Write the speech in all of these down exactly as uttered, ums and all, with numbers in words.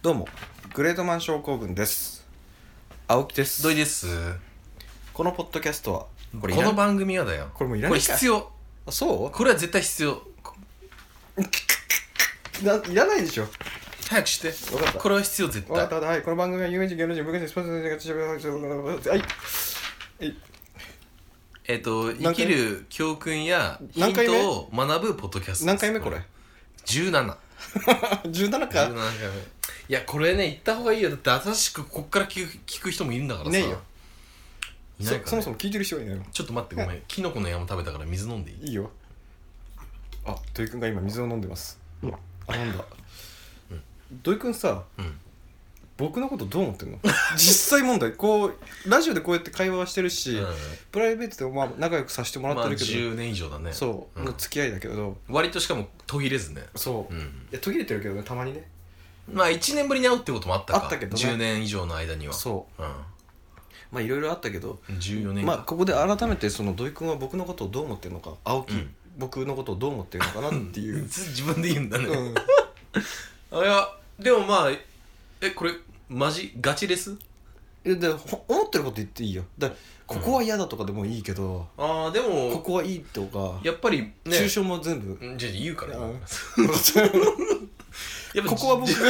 どうもグレートマン症候群です。青木です。 土井です。 このポッドキャストはこれこの番組はだよ。 これもいらないか。 これ必要。 あ、そう？ これは絶対必要。 ないらないでしょ。 早くして。 分かった。 これは必要絶対。 分かった。はい。この番組は有名人芸能人文化人スポーツはいはい。 えっと生きる教訓やヒントを学ぶポッドキャストです。 何回目これ？ じゅうなな。 じゅうななか。 じゅうななかいめ。いやこれね言った方がいいよ。だって新しくこっから聞く、聞く人もいるんだからさ。ねえよ。いないかね。 そ, そもそも聞いてる人はいないの。 ちょっと待ってごめん。キノコの山食べたから水飲んでいい？ いいよ。あ、土井くんが今水を飲んでます。あ、飲んだ。うん、土井くんさ、うん、僕のことどう思ってんの？実際問題こうラジオでこうやって会話はしてるし、うん、プライベートでもまあ仲良くさせてもらってるけど、まあ、 じゅうねん以上だね。 そう、うん、の付き合いだけど割としかも途切れずね。 そう、うん、いや途切れてるけどね、たまにね。 まあいちねんぶりに会うってこともあったか。 あったけどね、 じゅうねん以上の間には。 そう、うん、まあいろいろあったけどじゅうよねんまあここで改めてその土井くんは僕のことをどう思ってるのか、青木、うん、僕のことをどう思ってるのかなっていう自分で言うんだね、うん、いやでもまあえこれマジガチレス？ えで思ってること言っていいよ。だここは嫌だとかでもいいけど、うん、 ああでもここはいいとかやっぱり、ね、 抽象も全部じゃあ言うからやっぱここは僕が聞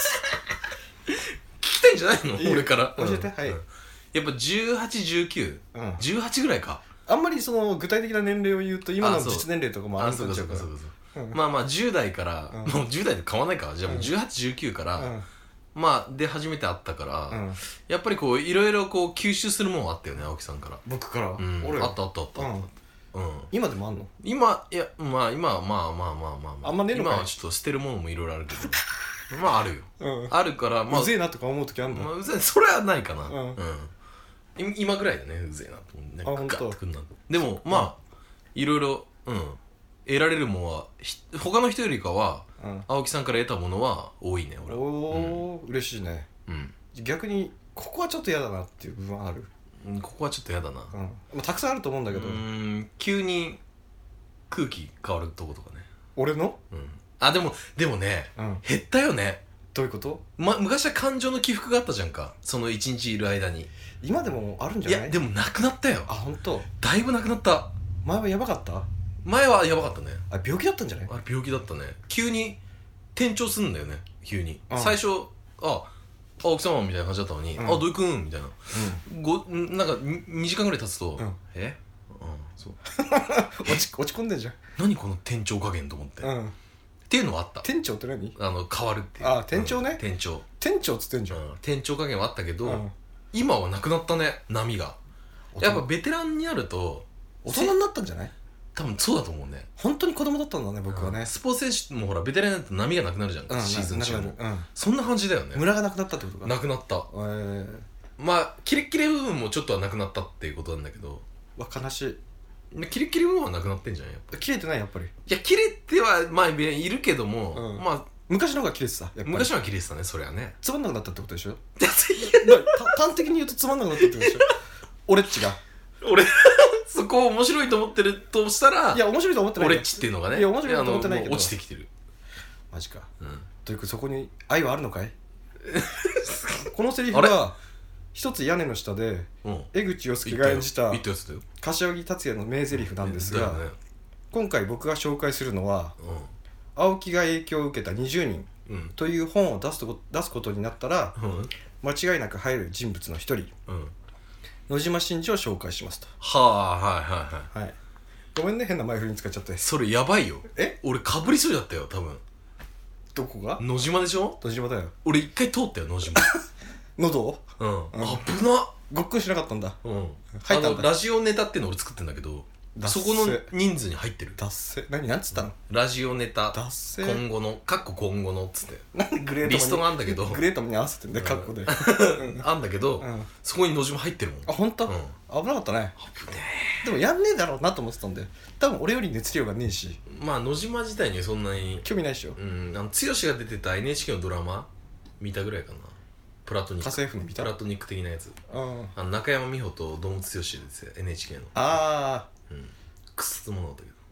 きたいんじゃないの？いい俺から教えて、うん、はい、 やっぱじゅうはち、じゅうきゅう、うん、じゅうはちぐらいか。 あんまりその具体的な年齢を言うと今の実年齢とかもあるんじゃうから、 うん、まあまあじゅう代から、うん、もうじゅう代で変わんないか。じゃあもうじゅうはち、じゅうきゅうから、うん、まあで初めて会ったから、うん、やっぱりこういろいろこう吸収するもんあったよね、青木さんから。 僕から、 うん、俺あったあったあったあった、うんうん、 今でもあんの？ 今いやまあ今はまあまあまあまあまあ、 あんまねえのかい。 今はちょっと捨てるものもいろいろあるけどまああるよ、うん、あるからまあうぜえなとか思う時あるの？ まあ、うぜえそれはないかな、うん、うん、今ぐらいだね、うぜえなと思うね。ガッとくんな。でもまあいろいろ、うん、得られるものは他の人よりかは、うん、青木さんから得たものは多いね俺は。 おお、うん、嬉しいね、うん、逆にここはちょっと嫌だなっていう部分はある？ うん、ここはちょっと嫌だな、 うんまあ、たくさんあると思うんだけど、うーん急に空気変わるとことかね。 俺の？ うん、あでもでもね、うん、減ったよね。 どういうこと？ ま、昔は感情の起伏があったじゃんか、その一日いる間に。 今でもあるんじゃない？ いやでもなくなったよ。 あ、本当？ だいぶなくなった。 前はやばかった？ 前はやばかったね。 あ、病気だったんじゃない？ あ、病気だったね。急に転調すんだよね、急に。最初あ青木様みたいな感じだったのに、うん、あ土井くんみたいな、うん、ごなんかにじかんぐらい経つと、うん、えうんそう落ち落ち込んでんじゃん。 何この転調加減と思って、うん、っていうのはあった。 店長って何？あの変わるっていう。 あ、店長ね、うん、 店長店長っつってんじゃん、うん、 転調加減はあったけど、うん、今はなくなったね、波が。やっぱベテランになると大人になったんじゃない？ 多分そうだと思うね。 本当に子供だったんだね、僕はね、うん、 スポーツ選手もほらベテランになると波がなくなるじゃん、うん、シーズン中も、うん、そんな感じだよね。 ムラがなくなったってことか。 なくなった、えー、まあキレッキレ部分もちょっとはなくなったっていうことなんだけど。 わ、悲しい。 キレッキレ部分はなくなってんじゃん、やっぱ。 切れてない？やっぱり。いや切れてはまあいるけども、うん、まあ昔の方が切れてた。やっぱり昔の方が切れてたね、それはね。 つまんなくなったってことでしょ端的に言うとつまんなくなったってことでしょ俺っちが俺そこを面白いと思ってるとしたら、 いや面白いと思ってない。 俺っちっていうのがね、 いや面白いと思ってないけど落ちてきてる。 マジか、うん、というかそこに愛はあるのかいこのセリフは一つ屋根の下で、うん、江口洋介が演じた柏木達也の名台詞なんですが、ね、今回僕が紹介するのは、うん、青木が影響を受けたにじゅうにん、うん、という本を出すと出すことになったら、うん、間違いなく入る人物の一人、うん、野島真司を紹介しますと。 はあ、はいはいはい、はい、 ごめんね、変な前振りに使っちゃって。 それやばいよ。 え俺かぶりそうだったよ多分。 どこが？ 野島でしょ？ 野島だよ。 俺一回通ったよ野島喉？ うん、うん、危な。 ごっくんしなかったんだ。うん、 入ったんだ。ラジオネタっていうの俺作ってんだけど、そこの人数に入ってる。 だっせ。何なんつったの？ ラジオネタだっせ今後のかっこ今後のっつってなんでグレートリストがあんだけどグレートに合わせてんだよ、かっこであんだけど、うん、そこに野島入ってるもん。 あ、ほんと？うん、危なかったね。危ねえ。でもやんねえだろうなと思ってたんで、多分俺より熱量がねえし。 まあ野島自体にそんなに興味ないっしょ。 うん、あの剛が出てた エヌエイチケー のドラマ見たぐらいかな。プラトニック。 家政婦の見た？ プラトニック的なやつ。 うん、 あの中山美穂と堂本剛で出てた エヌエイチケー の。 ああ、 うん、くっそつものだったけど。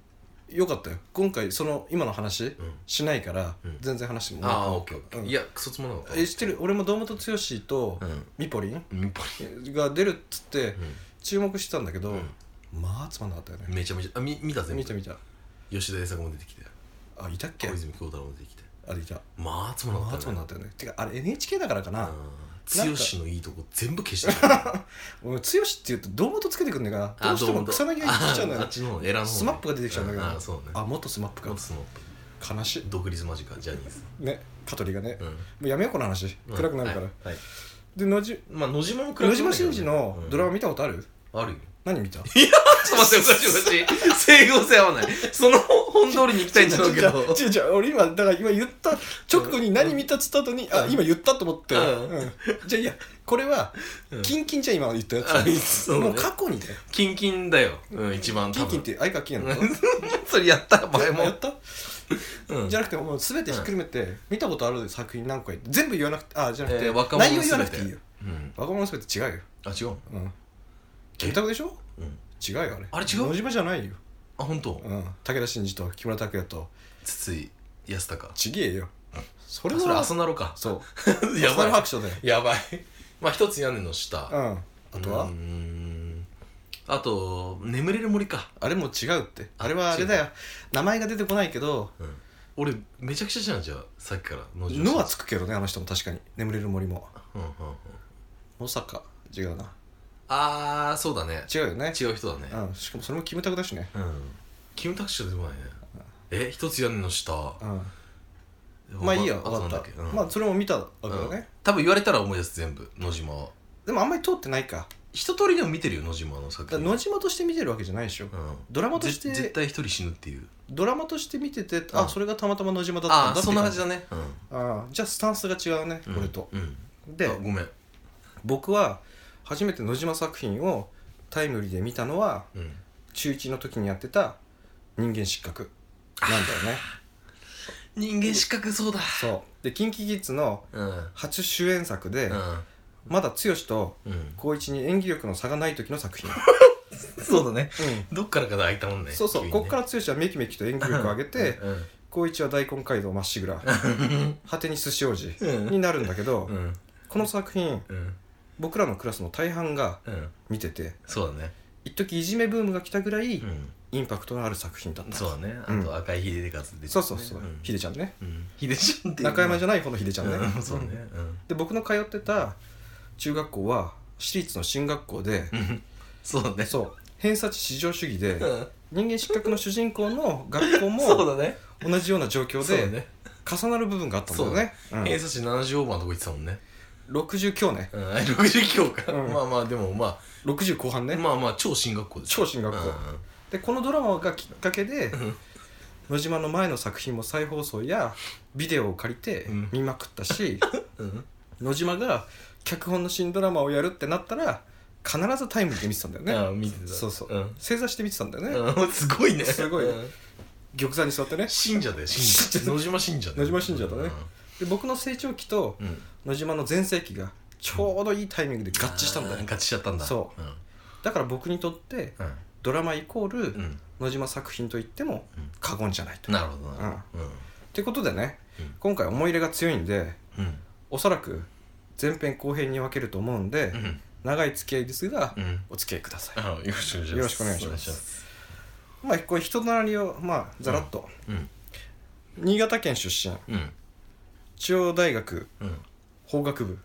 よかったよ今回その今の話、うん、しないから、うん、全然話してもああオッケーオッケー、うん、いやクソつもなかったえ知ってる俺も堂本剛とミポリン、ミポリンが出るっつって注目してたんだけど、まあつまんなかったよねめちゃめちゃあみ見た全部見た見た吉田栄作も出てきてあいたっけ小泉京太郎も出てきてあれいたまあつまんなかったよねまあつまんなかったよねてかあれ エヌエイチケー だからかな剛のいいとこ全部消してた俺剛って言うと堂本つけてくんねえかなどうしても草薙が言ってきちゃうんだよあっちのエラのスマップが出てきちゃうんだけどあそうねあ元スマップか元スマップ悲しい独立間近ジャニーズね香取がねもうやめようこの話暗くなるからで野島まあ野島も暗くなる野島真司のドラマ見たことあるあるよ何見たいやちょっと待っておかしいおかしい整合性合わないその本通りに行きたいんだろうけど違う違う俺今だから今言った直後に何見たっつった後にあ今言ったと思ってじゃあいやこれはキンキンじゃ今言ったやつもう過去にだよキンキンだよ一番キンキンって相川金やのそれやった前もやったじゃなくてもう全てひっくるめて見たことある作品何個やって全部言わなくてあじゃなくて内容言わなくていいよ若者の全て違うよあ違ううんキムタクでしょうん違うよあれあれ違う野島じゃないよあ本当うん武田真治と木村拓哉と筒井康隆ちげえよそれはそれ朝なろかそうやばい白書だよやばいまあ一つ屋根の下うんあとはうーんあと眠れる森かあれも違うってあれはあれだよ名前が出てこないけど俺めちゃくちゃじゃんじゃあさっきからのはつくけどねあの人も確かに眠れる森もうんうんうん野坂違うなあーそうだね違うよね違う人だねうんしかもそれもキムタクだしねうんキムタクしか出てこないねえ一つ屋根の下うんまあいいよ分かったまあそれも見たわけだね多分言われたら思い出す全部野島はでもあんまり通ってないか一通りでも見てるよ野島の作品野島として見てるわけじゃないでしょドラマとして絶対一人死ぬっていうドラマとして見ててあそれがたまたま野島だったんだあそんな感じだねあじゃあスタンスが違うねこれとでごめん僕は初めて野島作品をタイムリーで見たのは、うん、中いちの時にやってた人間失格なんだよね人間失格そうだそうで キンキキッズ の初主演作で、うん、まだ剛と光一に演技力の差がない時の作品そうだね、うん、どっからかで開いたもんねそうそう、ね、こっから剛はメキメキと演技力を上げて光一は大根街道まっしぐら果てに寿司王子になるんだけど、うん、この作品、うん僕らのクラスの大半が見てて、うん、 そうだね一時いじめブームが来たぐらい、うん、インパクトのある作品だったそうだねあと赤井秀でかつで、ね、そうそうそう、うん、秀ちゃんね、 うん、秀ちゃんって中山じゃない方の秀ちゃんね、 うん、そうね、うん、 で僕の通ってた中学校は私立の進学校でそうねそう偏差値至上主義で、うん、人間失格の主人公の学校もそうだね同じような状況で、ね、重なる部分があったんだよね、 うん、偏差値ななじゅうオーバーのとこ行ってたもんねろくじゅう強ね、 うん、ろくじゅう強か、うん、まあまあでもまあろくじゅう後半ねまあまあ超進学校です超進学校、うん、でこのドラマがきっかけで野島の前の作品も再放送やビデオを借りて見まくったし、うん、野島が脚本の新ドラマをやるってなったら必ずタイムリーで見てたんだよねああ見てたそうそう、うん、正座して見てたんだよね、 うん、すごいねすごい、うん、玉座に座ってね信者だよ信者野島信者だ野島信者だね、うんで僕の成長期と野島の全盛期がちょうどいいタイミングで合致したんだよ、ね、 合致しちゃったんだそう、うん、だから僕にとって、うん、ドラマイコール、うん、野島作品といっても過言じゃないと、 なるほどな、 うんうん、ってことでね、うん、今回思い入れが強いんで、うん、おそらく前編後編に分けると思うんで、うん、長い付き合いですが、うん、お付き合いください、 あよろしくお願いしますよろしくお願いしますまあこれ人となりをまあざらっと、うんうん、新潟県出身、うん中央大学、うん、法学部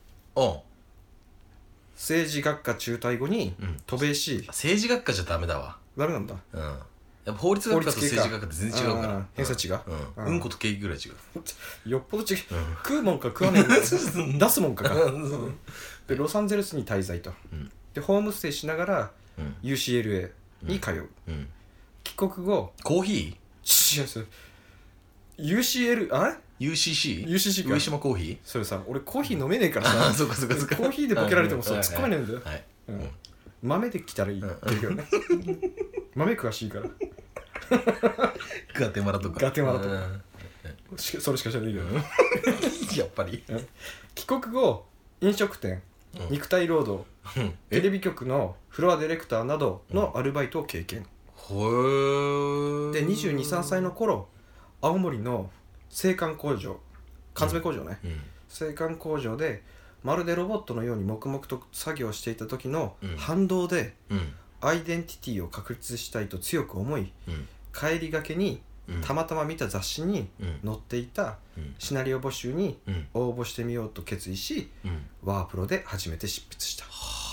政治学科中退後に、うん、渡米し政治学科じゃダメだわダメなんだ、 うん、やっぱ法律学科と政治学科って全然違うから偏差値が、 うん、うんこと景気ぐらい違うよっぽど違う、うん、食うもんか食わねえんか出すもんかかでロサンゼルスに滞在と、うん、でホームステイしながら、うん、ユーシーエルエー に通う、うん、帰国後コーヒー違う ユーシーエル あれユーシーシー? ユーシーシー か上島コーヒーそれさ俺コーヒー飲めねえからさあそうかそうかそうかコーヒーでボケられてもそう突っ込めねえんだよ、 はいうん、 豆で来たらいいけどね豆詳しいからガテマラとかガテマラとかそれしか知らないけどやっぱり帰国後飲食店、うん、肉体労働、うん、テレビ局のフロアディレクターなどのアルバイトを経験、 へえ。 でにじゅうに、さんさいの頃青森の製缶工場、缶詰工場ね、 うんうん、 製缶工場でまるでロボットのように黙々と作業していた時の反動で、 うん、 アイデンティティを確立したいと強く思い、 うん、 帰りがけにたまたま見た雑誌に載っていたシナリオ募集に応募してみようと決意し、うん、ワープロで初めて執筆した。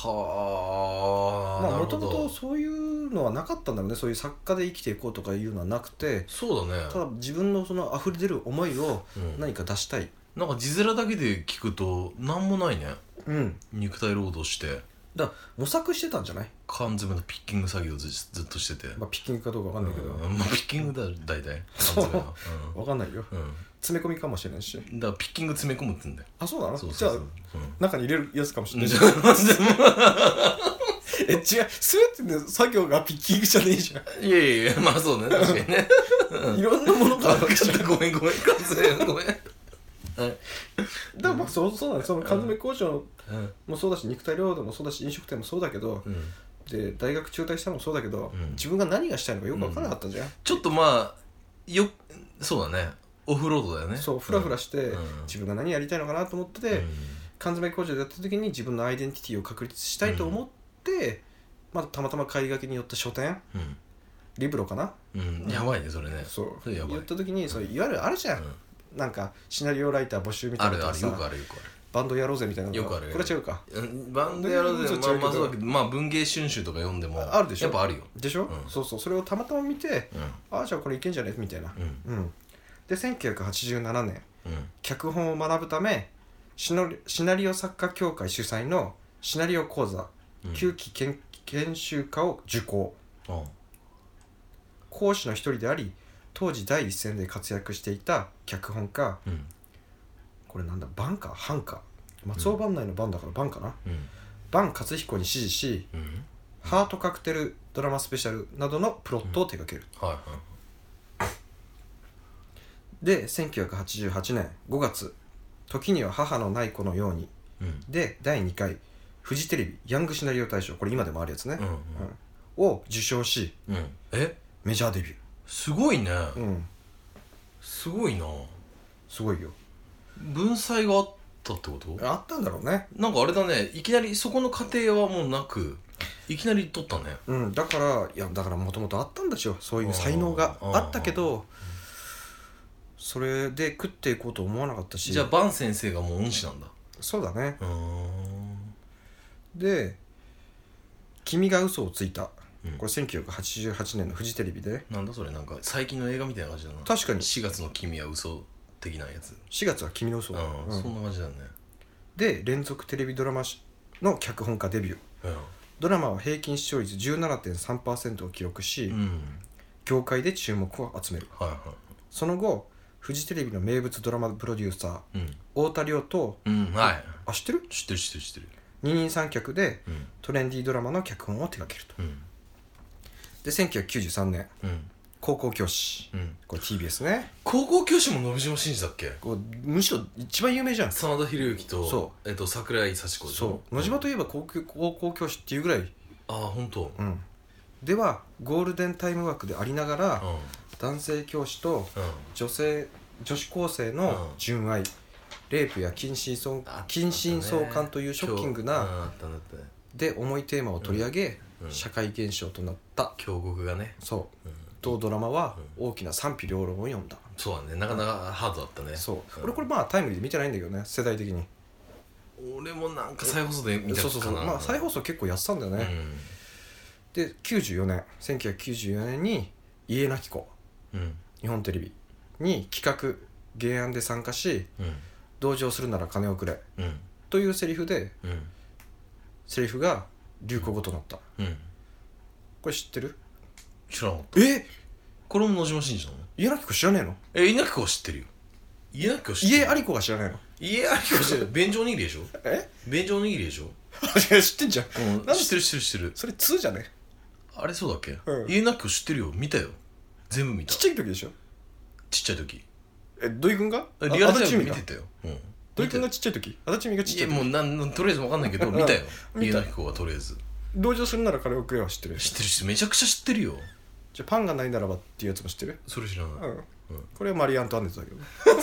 はあ、まあもともとそういうのはなかったんだろうね。そういう作家で生きていこうとかいうのはなくて、 そうだね、 ただ自分のその溢れ出る思いを何か出したい、うん、 なんか字面だけで聞くと何もないね。 うん、 肉体労働してだから模索してたんじゃない？ 缶詰のピッキング作業を ず, ずっとしてて、 まあ、ピッキングかどうか分かんないけど、 うん、まあ、ピッキングだ大体缶詰は、 うん、分かんないよ、うん、詰め込みかもしれないし、 だからピッキング詰め込むって言うんだよ。あ、 そうなの？ そうそうそう、 じゃあ、うん、中に入れるやつかもしれないえ、違う、すべての作業がピッキングじゃねえじゃん。 いやいやいや、まあそうね、確かにねいろんなものがあるから。ごめんごめん、缶詰ごめんはい、だからまあそうそうなんです。その缶詰工場もそうだし、肉体労働もそうだし、飲食店もそうだけど、うん、で大学中退したのもそうだけど、うん、自分が何がしたいのかよく分からなかったんじゃん、うん、 ちょっとまあよそうだね、オフロードだよね。 そうフラフラして、うん、自分が何やりたいのかなと思ってて、うん、缶詰工場でやった時に自分のアイデンティティを確立したいと思って、うん、まあ、たまたま帰りがけに寄った書店、うん、リブロかな、 うん、やばいねそれね。 そうそれやばい。 寄った時にそういわゆるあるじゃん、うん、なんかシナリオライター募集みたいなのあるある、よくあるよくある。 バンドやろうぜみたいなのよくある。 これ違うか。 バンドやろうぜ、まあまあそうだけど、まあ文芸春秋とか読んでもあるでしょ。 やっぱあるよ。 でしょ、うん、そうそう、それをたまたま見て、うん、ああじゃあこれいけんじゃねみたいな、うんうん、でせんきゅうひゃくはちじゅうななねん、うん、脚本を学ぶためシナリ、シナリオ作家協会主催のシナリオ講座、うん、きゅうき研研修科を受講、うん、講師の一人であり当時第一線で活躍していた脚本家、うん、これなんだ、バンかハンか、松尾伴内のバンだからバンかな、うん、バン勝彦に指示し、うん、ハートカクテルドラマスペシャルなどのプロットを手掛ける、うん、はいはい、でせんきゅうひゃくはちじゅうはちねんごがつ時には母のない子のように、うん、でだいにかいフジテレビヤングシナリオ大賞、これ今でもあるやつね、うんうんうん、を受賞し、うん、えメジャーデビュー。 すごいね、 うん、 すごいな。 すごいよ。 文才があったってこと？ あったんだろうね。 なんかあれだね、いきなりそこの過程はもうなくいきなり取ったね。 うん、だからいやだからもともとあったんですよ、そういう才能があったけど、それで食っていこうと思わなかったし。 じゃあバン先生がもう恩師なんだ。 そうだね。うーんで君が嘘をついた、うん、これせんきゅうひゃくはちじゅうはちねんのフジテレビで。 なんだそれ、なんか最近の映画みたいな感じだな。 確かにしがつの君は嘘的なやつ。 しがつは君の嘘、 うんうん、そんな感じだね。 で連続テレビドラマの脚本家デビュー、うん、ドラマは平均視聴率 じゅうななてんさんパーセント を記録し、うん、業界で注目を集める、はいはい、その後フジテレビの名物ドラマプロデューサー、うん、太田亮と、うんはい、あ知ってる知ってる知ってる知ってる二人三脚で、うん、トレンディードラマの脚本を手掛けると、うん、でせんきゅうひゃくきゅうじゅうさんねん、うん、高校教師、うん、これ ティービーエス ね。 高校教師も野島伸司だっけ？ こうむしろ一番有名じゃん。 真田広之とそう、えっと、桜井幸子でしょ。 そう野島といえば高校、高校教師っていうぐらい。 ああ本当。 うん。ではゴールデンタイム枠でありながら、うん、男性教師と女性、女子高生の純愛、うん、レイプや近親相近親相関というショッキングな、で重いテーマを取り上げ、うんうん、社会現象となった京極がね。 そう、うん、当ドラマは大きな賛否両論を読んだ。 そうだね、なかなかハードだったね。 そう、うん、俺これまあタイムリーで見てないんだけどね、世代的に。 俺もなんか再放送で見たかな。そうそうそう、 まあ再放送結構やってたんだよね、うん、できゅうじゅうよねんせんきゅうひゃくきゅうじゅうよねんに家なき子、うん、日本テレビに企画原案で参加し、うん、同情するなら金をくれ、うん、というセリフで、うん、セリフが流行語となった、うん、これ知ってる？ 知らなかった。えこれも野島伸司なの？ 家なき子知らねえの？ え家なき子は知ってるよ。家なき子知ってる。 家あり子が知らないの？ 家あり子知ってる。便所おにぎりでしょ。 え便所おにぎりでしょ。 知ってんじゃん、 うん、知ってる知ってる知ってる。 それにじゃね？ あれそうだっけ、うん、家なき子知ってるよ。見たよ、全部見た。 ちっちゃい時でしょ。 ちっちゃい時。 え土井くんがリアルタイム見てたよ、うん、 土井くんがちっちゃい時、足立美がちっちゃい時。 いやもうなんとりあえず分かんないけど見たよ家なき子はとりあえず。 同情するなら金をくれは知ってる。 知ってるしめちゃくちゃ知ってるよ。 じゃあパンがないならばっていうやつも知ってる？ それ知らない、うんうん、これはマリー・アントワネットだけど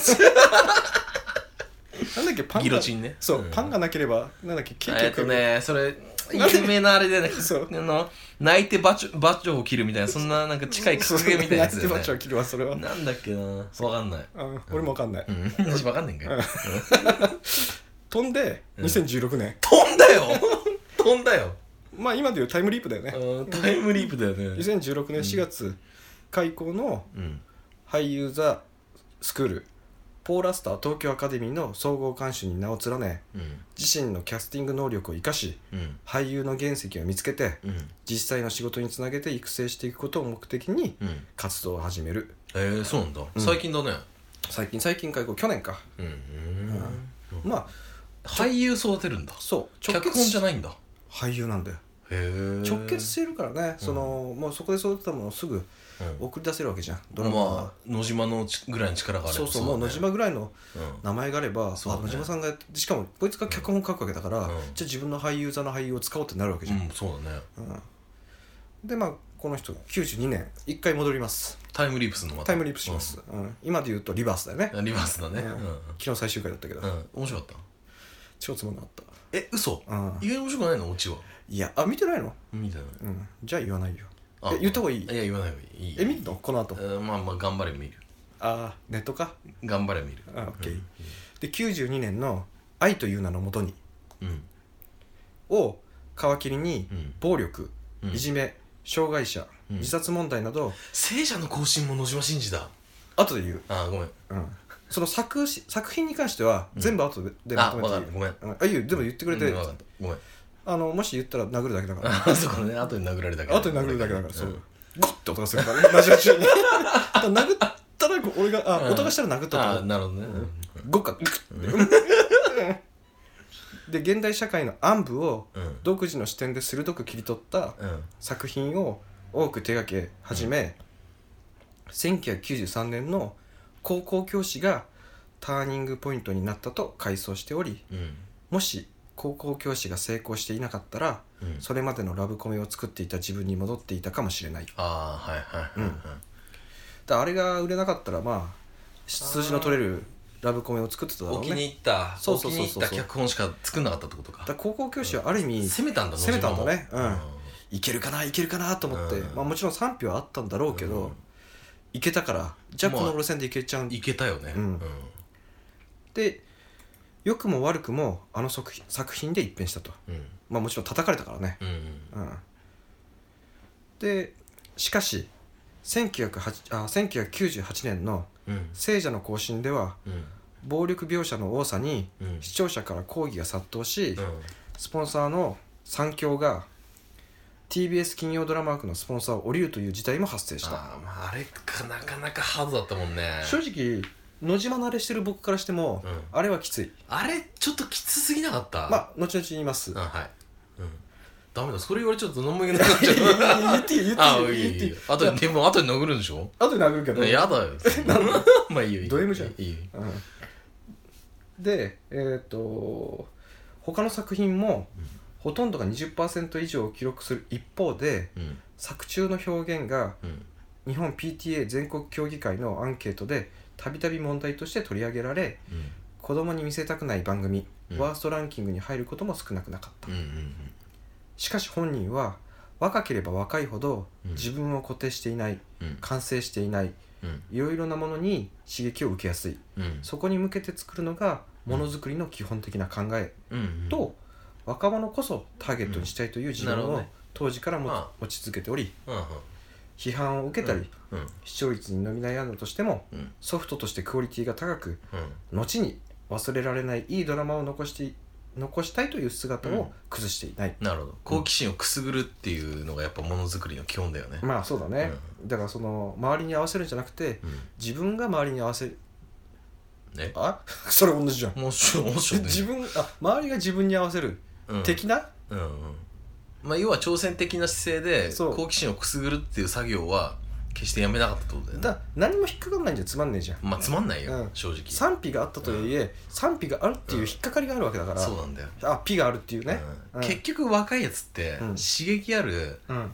なんだっけパンがギロチンねそう、 うん、 パンがなければなんだっけケーキえっとねそれ有名なあれでねそうあの泣いてバチョバチョを切るみたいなそんななんか近い格言みたいなやつだよね泣いてバチョを切るわそれはなんだっけなわかんない、 うん、俺もわかんない、 うん、私わかんないんかよ、うん、 飛んでにせんじゅうろくねん、うん、 飛んだよ飛んだよまあ今でいうタイムリープだよね、 うん、タイムリープだよねにせんじゅうろくねんしがつ開校の俳優座スクールポーラスター東京アカデミーの総合監修に名を連ね、うん、自身のキャスティング能力を生かし、うん、俳優の原石を見つけて、うん、実際の仕事につなげて育成していくことを目的に活動を始める、 うん、えー、そうなんだ、うん、最近だね最近最近開校去年か、うんうんうん、まあ俳優育てるんだそう脚本じゃないんだ俳優なんだよへ直結してるからね、うん、そのもうそこで育てたものをすぐ送り出せるわけじゃん、ドラマは、まあ、 野島のぐらいの力があればそうそう、ね、もう野島ぐらいの名前があれば、うん、あ野島さんがやってしかもこいつが脚本書くわけだから、うん、じゃあ自分の俳優座の俳優を使おうってなるわけじゃん、うん、 そうだね、 うん、でまあこの人きゅうじゅうにねん一回戻りますタイムリープするのまたタイムリープします、うんうん、今で言うとリバースだよねリバースだね、 うんうん、昨日最終回だったけど、 うん、面白かった超つまんなかった。 え嘘、うん、意外に面白くないのオチは。 いやあ見てないの。 見てない、 うん、じゃあ言わないよ。え言った方がいい。 いや言わない方がいい。 え見るのこの後、 えー、まあまあ頑張れ見る。 ああネットか頑張れ見る。 あオッケー、うん、できゅうじゅうにねんの愛という名のもとに、うん、を皮切りに、うん、暴力、うん、いじめ障害者、うん、自殺問題など聖者の行進も野島伸二だ。 後で言う。 あごめん、 うん、その 作, 作品に関しては全部後で、うん、まとめていい。 あ分かったごめん、 うん、あいいよ全部言ってくれて、 うん、分かったごめん。 あのもし言ったら殴るだけだからあそうかね後で殴られるだけ後で殴るだけだから、うん、そうゴッて音がするからねラジオ中に殴ったら俺があ、うん、音がしたら殴ったとあなるほどね、 うん、ゴッかグッてで現代社会の暗部を独自の視点で鋭く切り取った作品を多く手掛け始め、うん、せんきゅうひゃくきゅうじゅうさんねんの高校教師がターニングポイントになったと回想しており、うん、もし高校教師が成功していなかったら、うん、それまでのラブコメを作っていた自分に戻っていたかもしれない。 ああはいはいはい、うん、 だあれが売れなかったらまあ数字の取れるラブコメを作ってただろうね。 お気に入ったそうそうそうそうお気に入った脚本しか作んなかったってことか。 だ高校教師はある意味、うん、 攻めたんだ攻めたんだね、うんうん、いけるかないけるかなと思って、うんまあ、もちろん賛否はあったんだろうけど、うん、いけたからじゃあこの路線でいけちゃう、まあ、 いけたよね、うんうん、 で良くも悪くもあの作品で一変したと、うんまあ、もちろん叩かれたからね、うんうんうん、でしかしせんきゅうひゃくきゅうじゅうはちねんの聖者の行進では、うん、暴力描写の多さに視聴者から抗議が殺到し、うん、スポンサーの三共が ティービーエス 金曜ドラマ枠のスポンサーを降りるという事態も発生した。 あ, あれかなかなかハードだったもんね。 正直野島慣れしてる僕からしても、うん、あれはきつい。 あれちょっときつすぎなかった？ まあ後々言います。 あはい、うん、ダメだそれ言われちゃうと何も言えなくなっちゃう言っていい言っていいあいいいいいいあとでも後で殴るんでしょ。 後で殴るけどやだよまあいいよいいよド M じゃん。 いいよ、 うん、でえー、っと他の作品も、うん、ほとんどが にじゅっパーセント 以上を記録する一方で、うん、作中の表現が、うん日本 ピーティーエー 全国協議会のアンケートでたびたび問題として取り上げられ、うん、子供に見せたくない番組、うん、ワーストランキングに入ることも少なくなかった、うんうんうん、しかし本人は若ければ若いほど自分を固定していない、うん、完成していない、うん、いろいろなものに刺激を受けやすい、うん、そこに向けて作るのがものづくりの基本的な考え、うん、と若者こそターゲットにしたいという自分を当時からも、ね、持ち続けており、うんうん批判を受けたり、うんうん、視聴率に伸び悩んだとしても、うん、ソフトとしてクオリティが高く、うん、後に忘れられないいいドラマを残して残したいという姿を崩していない、 うん、なるほど好奇心をくすぐるっていうのがやっぱものづくりの基本だよね。 まあそうだね、うん、だからその周りに合わせるんじゃなくて、うん、自分が周りに合わせるねあそれ同じじゃん。 もちろんもちろん、ね、 自分あ周りが自分に合わせる、うん、的な、 うんうんまあ、要は挑戦的な姿勢で好奇心をくすぐるっていう作業は決してやめなかったってことだよね。 だ何も引っかかんないんじゃつまんねえじゃん。 まあつまんないよ、うん、正直賛否があったとはいえ、うん、賛否があるっていう引っかかりがあるわけだから、うん、 そうなんだよ。 あピがあるっていうね、 うんうん、結局若いやつって、うん、刺激ある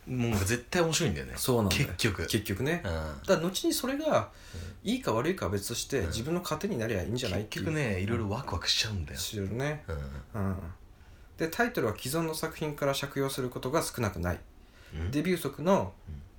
もう絶対面白いんだよね。 そうなんだよ結局結局ね、うん、だから後にそれがいいか悪いかは別として、うん、自分の糧になりゃいいんじゃないっていう。 結局ねいろいろワクワクしちゃうんだよ。 しるね、うんうん、でタイトルは既存の作品から借用することが少なくない、うん、デビュー作の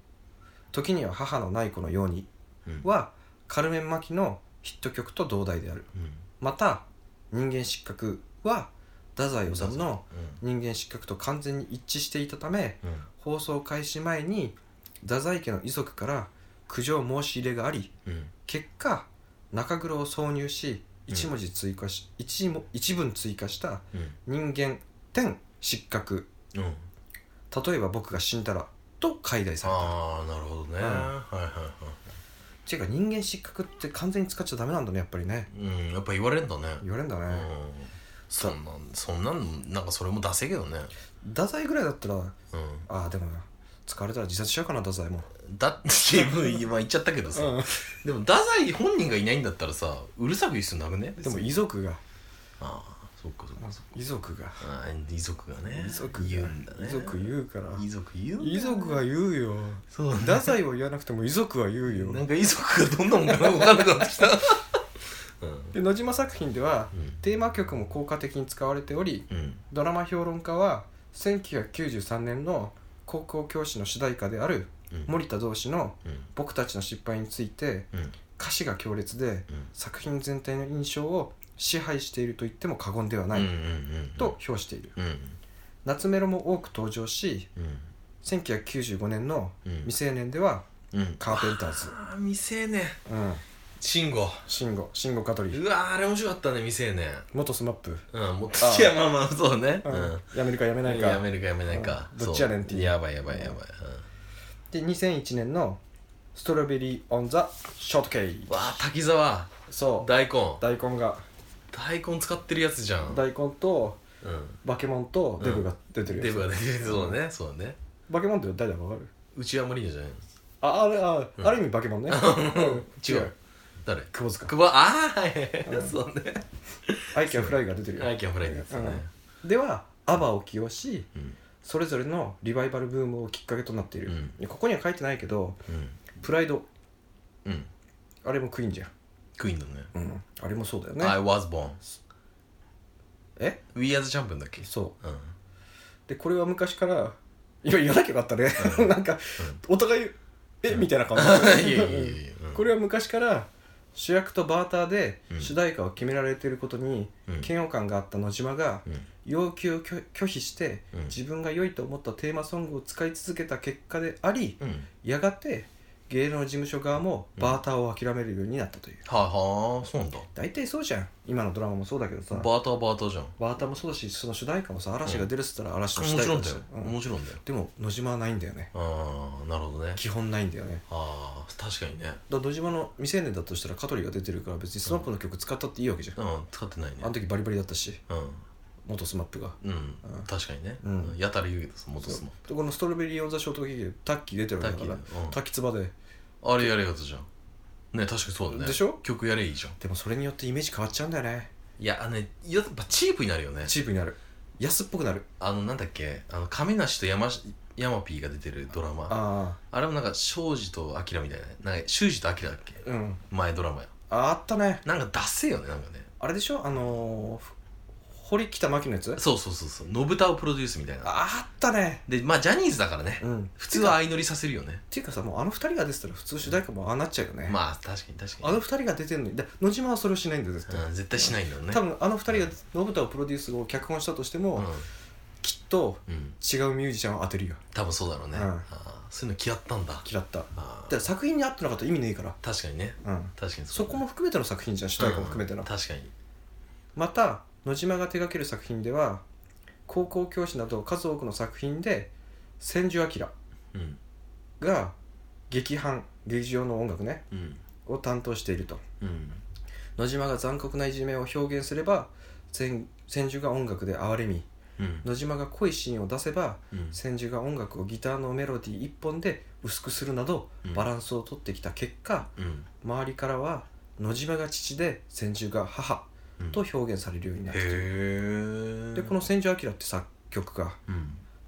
「時には母のない子のように」は、うん、カルメン・マキのヒット曲と同題である、うん、また人間失格は太宰治の人間失格と完全に一致していたため、うん、放送開始前に太宰家の遺族から苦情申し入れがあり、うん、結果中黒を挿入し一文字追加し、うん、一, 一文追加した人間点失格、うん、例えば僕が死んだらと解題された。 ああなるほどね、うん、はいはいはい。 ていうか人間失格って完全に使っちゃダメなんだねやっぱりね。 うんやっぱ言われるんだね。 言われるんだね、うん、 そんなんそんなんなんかそれもダセえけどね。 太宰ぐらいだったら、うん、ああでも使われたら自殺しちゃうかな太宰も。 だって今言っちゃったけどさ、うん、でも太宰本人がいないんだったらさうるさく言う必要なくね。 でも遺族がああそっかそっかそっか遺族があ遺族がね遺族が言うんだね。 遺族言うから遺族言うんだ、 遺族が言うよ。そう、ね、太宰は言わなくても遺族は言うよ。 なんか遺族がどんなもんか分かんなくなってきたで野島作品では、うん、テーマ曲も効果的に使われており、うん、ドラマ評論家はせんきゅうひゃくきゅうじゅうさんねんの高校教師の主題歌である、うん、森田同士の僕たちの失敗について、うん、歌詞が強烈で、うん、作品全体の印象を支配していると言っても過言ではない、うんうんうんうん、と評している、うん、夏メロも多く登場し、うん、せんきゅうひゃくきゅうじゅうごねんの未成年では、うん、カーペンターズ、 あ未成年、 うん慎吾慎吾慎吾香取。 うわあれ面白かったね未成年。 元スマップ。 うんもっといやまあまあそうね、うんうん、やめるかやめないかやめるかやめないか、 うん、どっちやねんっていう。 やばいやばいやばい、うん、 でにせんいちねんのストロベリー・オン・ザ・ショートケーキ。 わあ滝沢。 そう大根大根が大根使ってるやつじゃん。 大根と、うん、バケモンとデブが出てるやつ、 うん、デブが出てるそうねそうね。 バケモンって誰だか分かる？ 内山リーナじゃないの？ ああれあ、うん、ある意味バケモンね違う誰？ 久保塚。 久保ああはいそうね。 アイキャンフライが出てるよ。 アイキャンフライが出てるね、 うん、ではアバを起用し、うん、それぞれのリバイバルブームをきっかけとなっている、うん、ここには書いてないけど、うん、プライド、うん、あれもクイーンじゃん。 クイーンだね、 うん、あれもそうだよね。 I was born え We are the champion だっけ。 そう、うん、でこれは昔からいや言わなきゃよかったね、うん、なんか、うん、お互いえ、うん、みたいな感じでこれは昔から主役とバーターで主題歌を決められていることに嫌悪感があった野島が要求を拒否して自分が良いと思ったテーマソングを使い続けた結果であり、やがて芸能事務所側もバーターを諦めるようになったという、 うん、はあはあそうなんだ。 大体そうじゃん。今のドラマもそうだけどさ、 バーターバーターじゃん。 バーターもそうだし、その主題歌もさ、嵐が出るっつったら嵐の主題歌でしょ、 うん、もちろんだよ、うん、 でも野島はないんだよね。 ああなるほどね。 基本ないんだよね。 ああ確かにね。 だ野島の未成年だとしたら香取が出てるから別にスマップの曲使ったっていいわけじゃん。 うん、うん、使ってないね。 あの時バリバリだったし、 うん、 元スマップが、 うん、うん、確かにね、うん、やたら言うけど元スマップでこのストロベリー・オン・ザ・ショートケーキでタッキー出てるわけだから、タッキツバであれやれやつじゃんね。確かにそうだね。 でしょ。 曲やれいいじゃん。 でもそれによってイメージ変わっちゃうんだよね。 いやあのねやっぱチープになるよね。 チープになる。安っぽくなる。 あのなんだっけあの亀梨と山ヤマピーが出てるドラマ。ああれもなんか庄司とアキラみたいななんか修二とアキラだっけ、うん、前ドラマや。 ああったね。 なんかダッセーよねなんかね。 あれでしょあのー堀北真希のやつ。 そうそうそうそう信太をプロデュースみたいな。 ああったね。 でまあジャニーズだからね、うん、普通は相乗りさせるよね。 っていうかさもうあの二人が出てたら普通主題歌もああなっちゃうよね。 まあ確かに確かにあの二人が出てるのにで野島はそれをしないんだよ絶対、 うん、絶対しないんだよね。 多分あの二人が信太をプロデュースを脚本したとしても、うん、きっと違うミュージシャンを当てるよ。 多分そうだろうね、うん、あそういうの嫌ったんだ。 嫌った。だから作品に合ってなかったら意味ねえから。 確かにね、うん、確かにそ, そこも含めての作品じゃん主題歌も含めての、うん、 確かに。 また野島が手掛ける作品では高校教師など数多くの作品で千住明が劇伴劇場の音楽ね、うん、を担当していると、うん、野島が残酷ないじめを表現すれば千住が音楽で哀れみ、うん、野島が濃いシーンを出せば、うん、千住が音楽をギターのメロディー一本で薄くするなど、うん、バランスを取ってきた結果、うん、周りからは野島が父で千住が母と表現されるようになったという。でこの千住明って作曲が、うん、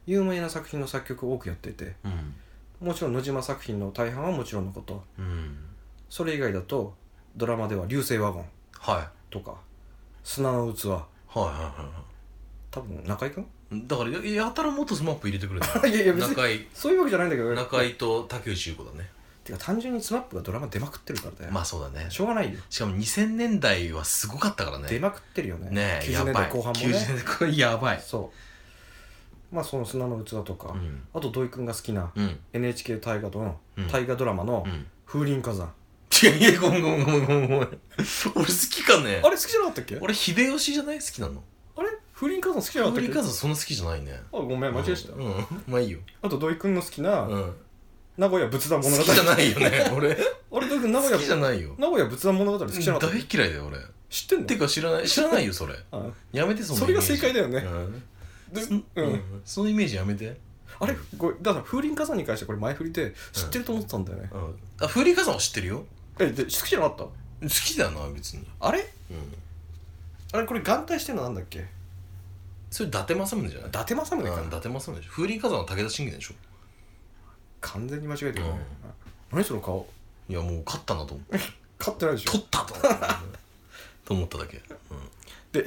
有名な作品の作曲を多くやっていて、うん、もちろん野島作品の大半はもちろんのこと、うん、それ以外だとドラマでは流星ワゴンとか、はい、砂の器、はいはいはいはい、多分中居君だから や, やたらもっとスマップ入れてくるんだよいやいや別に中居そういうわけじゃないんだけど中居と竹内優子だね。 てか単純にスマップがドラマ出まくってるからだよ。 まあそうだね、 しょうがないよ。 しかもにせんねんだいはすごかったからね。 出まくってるよね。 ねえ、きゅうじゅうねんだいこう半もね、きゅうじゅうねんだいこうやばい。 そうまあその砂の器とか、うん、あと土井くんが好きな エヌエイチケー 大河の、うん、大河ドラマの風林火山。 いやいやごめんごめんごめんごめんごめん俺好きかね。 あれ好きじゃなかったっけ。 俺秀吉じゃない好きなの。 あれ風林火山好きじゃなかったっけ。 風林火山そんな好きじゃないね。 あごめん間違えした、 うん、うん、まあいいよ。 あと土井くんの好きな、うん、名古屋仏壇物語。 好きじゃないよね俺俺土井くん名古屋好きじゃないよ。 名古屋仏壇物語好きじゃなかった。 大嫌いだよ俺。 知ってんの。 てか知らない知らないよそれああやめてそのイメージ。 それが正解だよね、 うん、うん、そのイメージやめて。 あれこれだから風林火山に関してこれ前振りで知ってると思ってたんだよね、 うんうん、あ風林火山は知ってるよ。 えで好きじゃなかった。 好きだよな別に。 あれ、うん、あれこれ眼帯してるのなんだっけ。 それ伊達政宗じゃない。 伊達政宗かな。 伊達政宗でしょ。風林火山は武田信玄でしょ。 完全に間違えてるね、うん、何その顔。 いやもう勝ったなと思って勝ってないでしょ。 取ったと思ったと思っただけ、うん、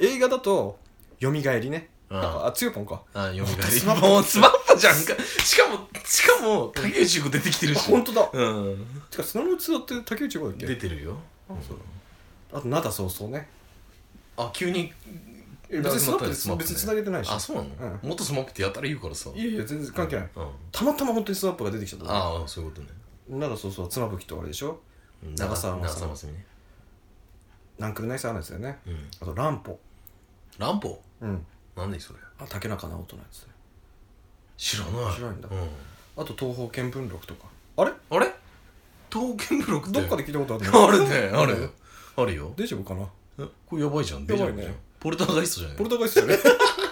で映画だとよみがえりね。ああ、つよぽんか。 あ、よみがえり。もうスマップじゃんか。しかも、しかも、竹内優子出てきてるし。 ほんとだ。うん。てか、砂の器って竹内優子だっけ。 出てるよ。 あ、そう。あと、灘そうそうね。 あ、急に。 別にスマップで、別に繋げてないし。 あ、そうなの、うん、もっとスマップってやったら言うからさ。 いやいや、全然関係ない。うん、たまたま本当にスマップが出てきちゃった。 ああ、そういうことね。 灘そうそう、妻夫木とあれでしょ。長澤まさみね。ナンクルナイスアナですよね。うん、あと、乱歩。 乱歩。 うん。 なんでそれ。 あ、竹中直人のやつ。 知らない。 知らないんだ。うん、あと東方見聞録とか。あれ？ あれ？東方見聞録ってどっかで聞いたことあるの？ あるね、ある。あるよ。 大丈夫かな？ これやばいじゃん。 やばいね。 ポルターガイストじゃない？ ポルターガイストじゃね。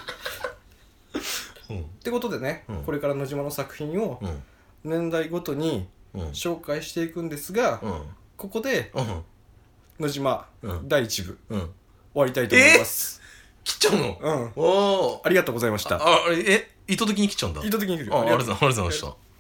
うん、ってことでね、うん、これから野島の作品を年代ごとに紹介していくんですが、うん、ここで、うん、野島、うん、だいいち部、うん、終わりたいと思います。 えー切っちゃうの？うん。 おー。ありがとうございました。 あ、あれ、え、意図的に切っちゃうんだ。 意図的に切る。 あ、ありがとうございました。